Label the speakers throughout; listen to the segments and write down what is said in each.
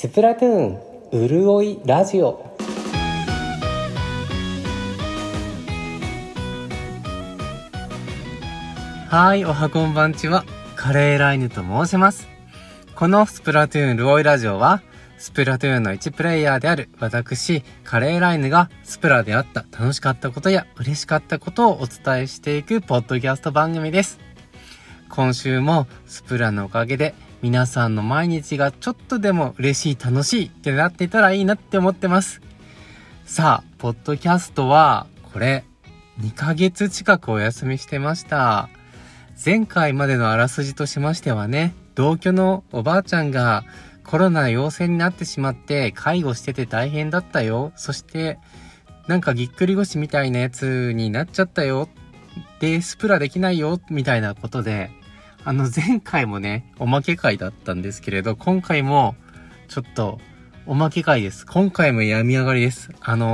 Speaker 1: スプラトゥーンうるおいラジオ。
Speaker 2: はい、おはこんばんちは。カレーライヌと申します。このスプラトゥーンうるおいラジオは、スプラトゥーンの1プレイヤーである私、カレーライヌがスプラであった楽しかったことや嬉しかったことをお伝えしていくポッドキャスト番組です。今週もスプラのおかげで皆さんの毎日がちょっとでも嬉しい楽しいってなっていたらいいなって思ってます。さあ、ポッドキャストはこれ2ヶ月近くお休みしてました。前回までのあらすじとしましてはね、同居のおばあちゃんがコロナ陽性になってしまって介護してて大変だったよ。そしてなんかぎっくり腰みたいなやつになっちゃったよ。で、スプラできないよみたいなことで、前回もね、おまけ会だったんですけれど、今回もちょっとおまけ会です。今回も病み上がりです。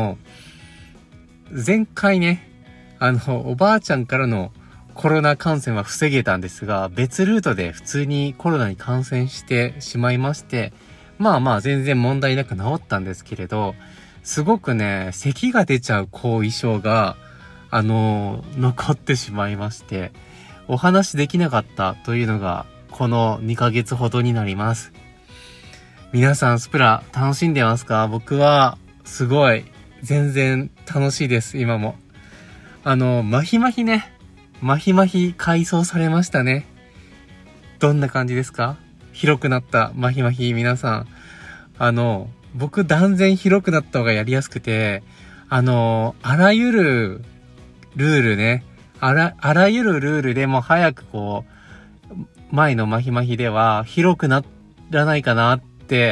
Speaker 2: 前回ね、おばあちゃんからのコロナ感染は防げたんですが、別ルートで普通にコロナに感染してしまいまして、まあ全然問題なく治ったんですけれど、すごくね、咳が出ちゃう後遺症が、残ってしまいまして、お話できなかったというのが、この2ヶ月ほどになります。皆さんスプラ楽しんでますか？僕は、すごい、全然楽しいです、今も。マヒ改装されましたね。どんな感じですか？広くなったマヒ、皆さん。僕断然広くなった方がやりやすくて、あらゆるルールね、あらゆるルールでも早くこう、前のマヒでは広くならないかなって、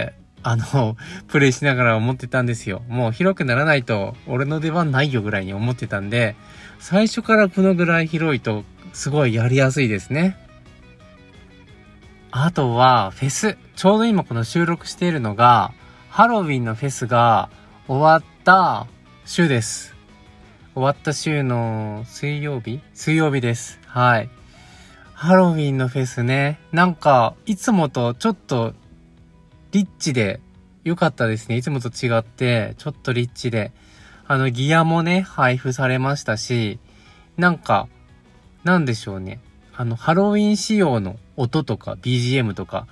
Speaker 2: プレイしながら思ってたんですよ。もう広くならないと俺の出番ないよぐらいに思ってたんで、最初からこのぐらい広いとすごいやりやすいですね。あとはフェス。ちょうど今この収録しているのが、ハロウィンのフェスが終わった週です。終わった週の水曜日です。はい。ハロウィンのフェスね。なんか、いつもとちょっと、リッチで良かったですね。いつもと違って、ちょっとリッチで。ギアもね、配布されましたし、なんか、なんでしょうね。ハロウィン仕様の音とか BGM とか、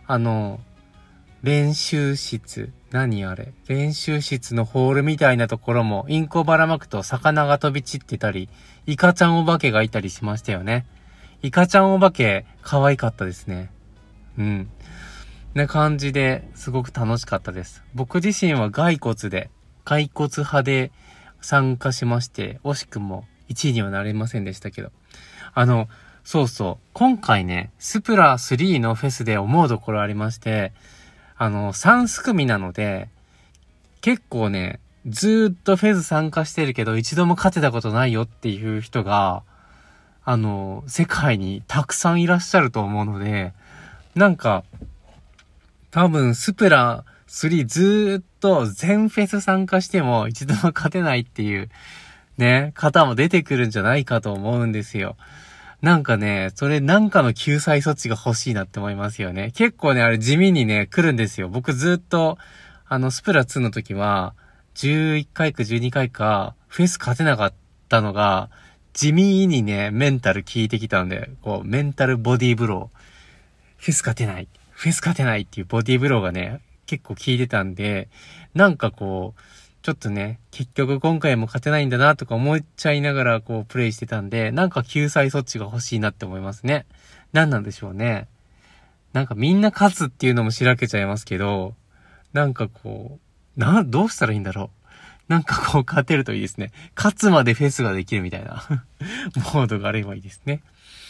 Speaker 2: 練習室のホールみたいなところもインコばらまくと魚が飛び散ってたり、イカちゃんお化けがいたりしましたよね。イカちゃんお化け可愛かったですね。うん。な感じですごく楽しかったです。僕自身は骸骨派で参加しまして、惜しくも1位にはなれませんでしたけど。そう。今回ね、スプラ3のフェスで思うところありまして、3組なので、結構ね、ずーっとフェス参加してるけど、一度も勝てたことないよっていう人が、世界にたくさんいらっしゃると思うので、なんか、多分スプラ3ずーっと全フェス参加しても一度も勝てないっていう、ね、方も出てくるんじゃないかと思うんですよ。なんかね、それなんかの救済措置が欲しいなって思いますよね。結構ね、あれ地味にね、来るんですよ。僕ずっと、スプラ2の時は、11回か12回か、フェス勝てなかったのが、地味にね、メンタル効いてきたんで、こう、メンタルボディーブロー。フェス勝てないっていうボディーブローがね、結構効いてたんで、なんかこう、ちょっとね、結局今回も勝てないんだなとか思っちゃいながらこうプレイしてたんで、なんか救済措置が欲しいなって思いますね。なんなんでしょうね。なんかみんな勝つっていうのもしらけちゃいますけど、なんかこう、どうしたらいいんだろう。なんかこう勝てるといいですね。勝つまでフェスができるみたいなモードがあればいいですね。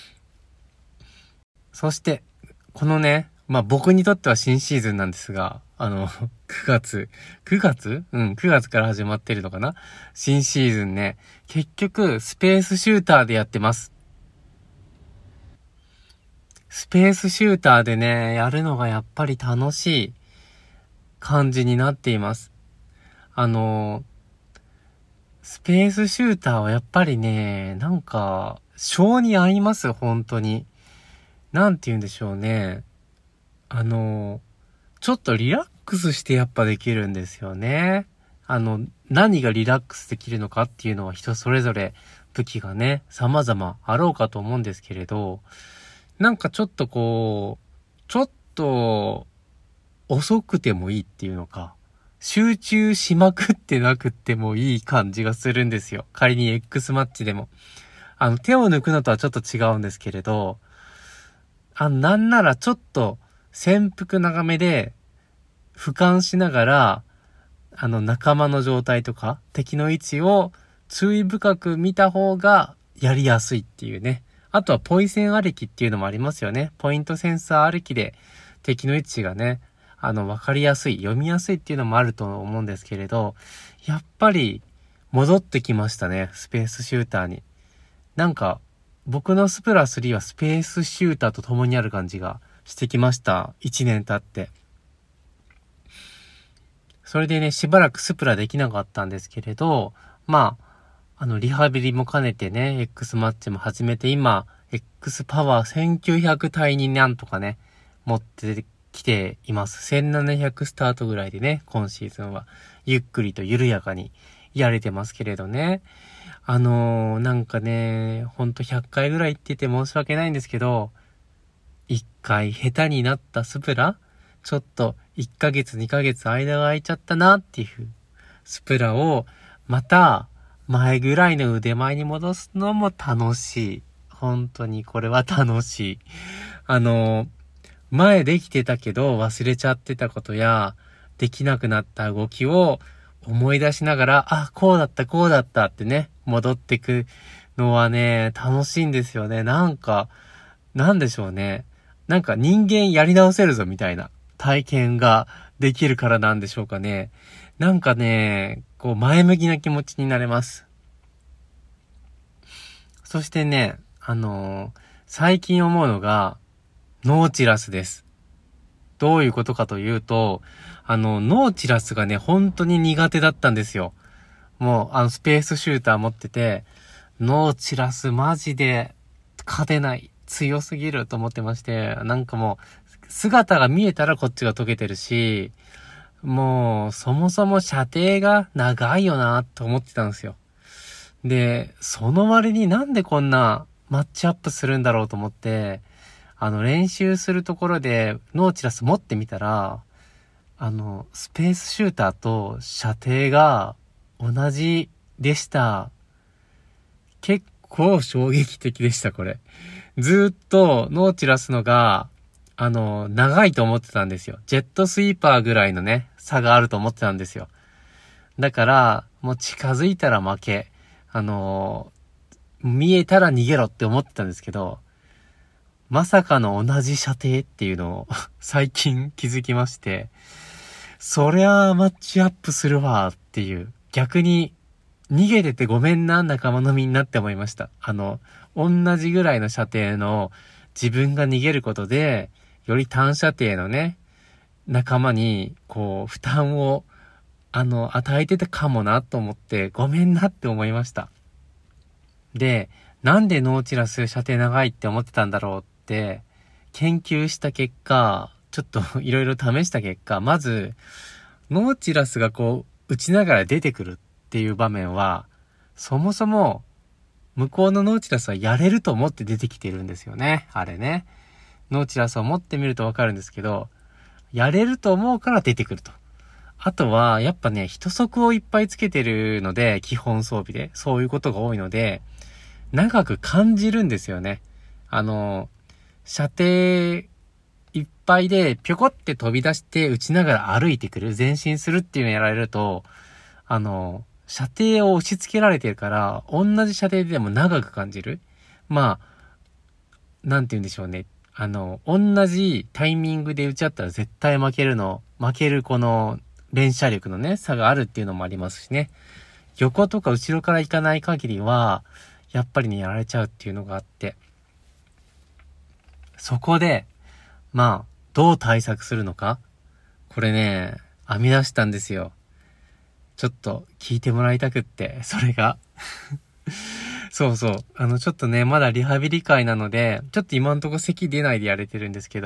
Speaker 2: そして、このね、僕にとっては新シーズンなんですが、9月から始まってるのかな？新シーズンね。結局、スペースシューターでやってます。スペースシューターでね、やるのがやっぱり楽しい感じになっています。スペースシューターはやっぱりね、なんか、性に合います、本当に。なんて言うんでしょうね。ちょっとリラックスしてやっぱできるんですよね。何がリラックスできるのかっていうのは人それぞれ武器がね、様々あろうかと思うんですけれど、なんかちょっとちょっと遅くてもいいっていうのか、集中しまくってなくってもいい感じがするんですよ。仮に X マッチでも。手を抜くのとはちょっと違うんですけれど、なんならちょっと潜伏長めで俯瞰しながら、仲間の状態とか敵の位置を注意深く見た方がやりやすいっていうね。あとはポイセンありきっていうのもありますよね。ポイントセンサーありきで敵の位置がね、わかりやすい、読みやすいっていうのもあると思うんですけれど、やっぱり戻ってきましたね、スペースシューターに。なんか、僕のスプラ3はスペースシューターと共にある感じがしてきました。1年経って。それでね、しばらくスプラできなかったんですけれど、リハビリも兼ねてね、X マッチも始めて、今、X パワー1900体になんとかね、持ってきています。1700スタートぐらいでね、今シーズンは、ゆっくりと緩やかにやれてますけれどね。なんかね、ほんと100回ぐらい言ってて申し訳ないんですけど、1回下手になったスプラ、ちょっと1ヶ月2ヶ月間が空いちゃったなっていうスプラをまた前ぐらいの腕前に戻すのも楽しい。本当にこれは楽しい。前できてたけど忘れちゃってたことやできなくなった動きを思い出しながら、あ、こうだったってね、戻ってくのはね、楽しいんですよね。なんでしょうね。なんか人間やり直せるぞみたいな体験ができるからなんでしょうかね。なんかね、前向きな気持ちになれます。そしてね、最近思うのが、ノーチラスです。どういうことかというと、ノーチラスがね、本当に苦手だったんですよ。もう、スペースシューター持ってて、ノーチラスマジで勝てない。強すぎると思ってまして、なんかもう、姿が見えたらこっちが解けてるし、もう、そもそも射程が長いよなと思ってたんですよ。で、その割になんでこんなマッチアップするんだろうと思って、練習するところでノーチラス持ってみたら、スペースシューターと射程が同じでした。結構衝撃的でした、これ。ずっとノーチラスのが、長いと思ってたんですよ。ジェットスイーパーぐらいのね、差があると思ってたんですよ。だから、もう近づいたら負け。見えたら逃げろって思ってたんですけど、まさかの同じ射程っていうのを最近気づきまして、そりゃあマッチアップするわっていう、逆に逃げててごめんな仲間のみんなって思いました。同じぐらいの射程の自分が逃げることで、より短射程のね、仲間に負担を与えてたかもなと思ってごめんなって思いました。で、なんでノーチラス射程長いって思ってたんだろうって研究した結果、ちょっといろいろ試した結果、まずノーチラスが撃ちながら出てくるっていう場面は、そもそも向こうのノーチラスはやれると思って出てきてるんですよね。あれね。ノーチラスを持ってみるとわかるんですけど、やれると思うから出てくると。あとは、やっぱね、一足をいっぱいつけてるので、基本装備で、そういうことが多いので、長く感じるんですよね。射程いっぱいでぴょこって飛び出して撃ちながら歩いてくる、前進するっていうのをやられると、射程を押し付けられてるから、同じ射程でも長く感じる。なんて言うんでしょうね。同じタイミングで撃ち合ったら絶対負けるこの連射力のね、差があるっていうのもありますしね。横とか後ろから行かない限りは、やっぱりね、やられちゃうっていうのがあって。そこで、どう対策するのか、これね、編み出したんですよ。ちょっと聞いてもらいたくって、それが。そうそう。ちょっとね、まだリハビリ会なので、ちょっと今んとこ咳出ないでやれてるんですけど、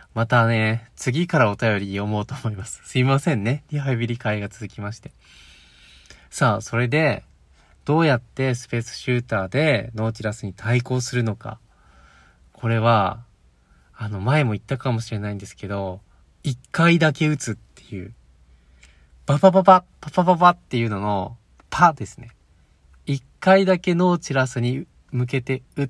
Speaker 2: またね、次からお便り読もうと思います。すいませんね。リハビリ会が続きまして。さあ、それで、どうやってスペースシューターでノーティラスに対抗するのか。これは、前も言ったかもしれないんですけど、一回だけ撃つっていう、パパパパ、パパパパっていうのの、パですね。一回だけノーティラスに向けて撃って、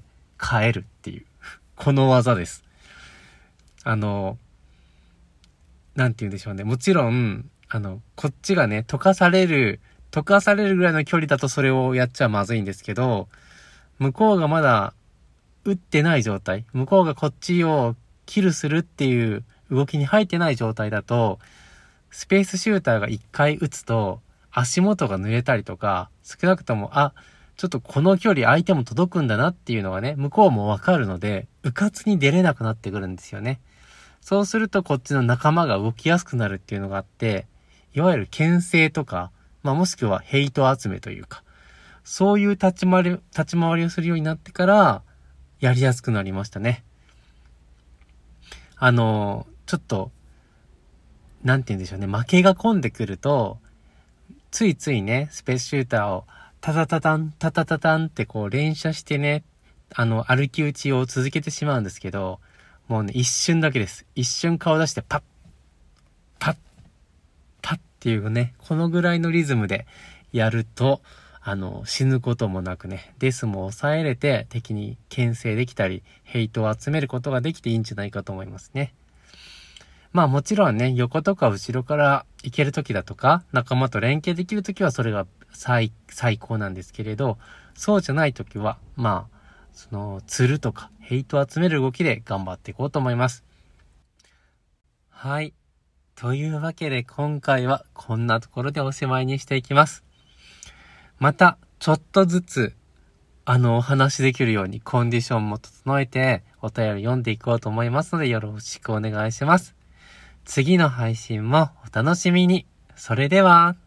Speaker 2: 帰るっていう、この技です。なんて言うんでしょうね。もちろん、こっちがね、溶かされるぐらいの距離だとそれをやっちゃまずいんですけど、向こうがまだ撃ってない状態、向こうがこっちをキルするっていう動きに入ってない状態だと、スペースシューターが一回撃つと、足元が濡れたりとか、少なくとも、ちょっとこの距離相手も届くんだなっていうのがね、向こうもわかるので、迂闊に出れなくなってくるんですよね。そうするとこっちの仲間が動きやすくなるっていうのがあって、いわゆる牽制とか、もしくはヘイト集めというか、そういう立ち回りをするようになってから、やりやすくなりましたね。ちょっと、なんて言うんでしょうね、負けが込んでくると、ついついね、スペースシューターをタタタタン、タタタタンってこう連射してね、歩き打ちを続けてしまうんですけど、もうね、一瞬だけです。一瞬顔出してパッ、パッ、パッっていうね、このぐらいのリズムでやると、死ぬこともなくね、デスも抑えれて敵に牽制できたり、ヘイトを集めることができていいんじゃないかと思いますね。もちろんね、横とか後ろから行けるときだとか、仲間と連携できるときはそれが最高なんですけれど、そうじゃないときは、釣るとか、ヘイトを集める動きで頑張っていこうと思います。はい。というわけで今回はこんなところでおしまいにしていきます。また、ちょっとずつ、お話できるようにコンディションも整えて、お便り読んでいこうと思いますので、よろしくお願いします。次の配信もお楽しみに。それでは。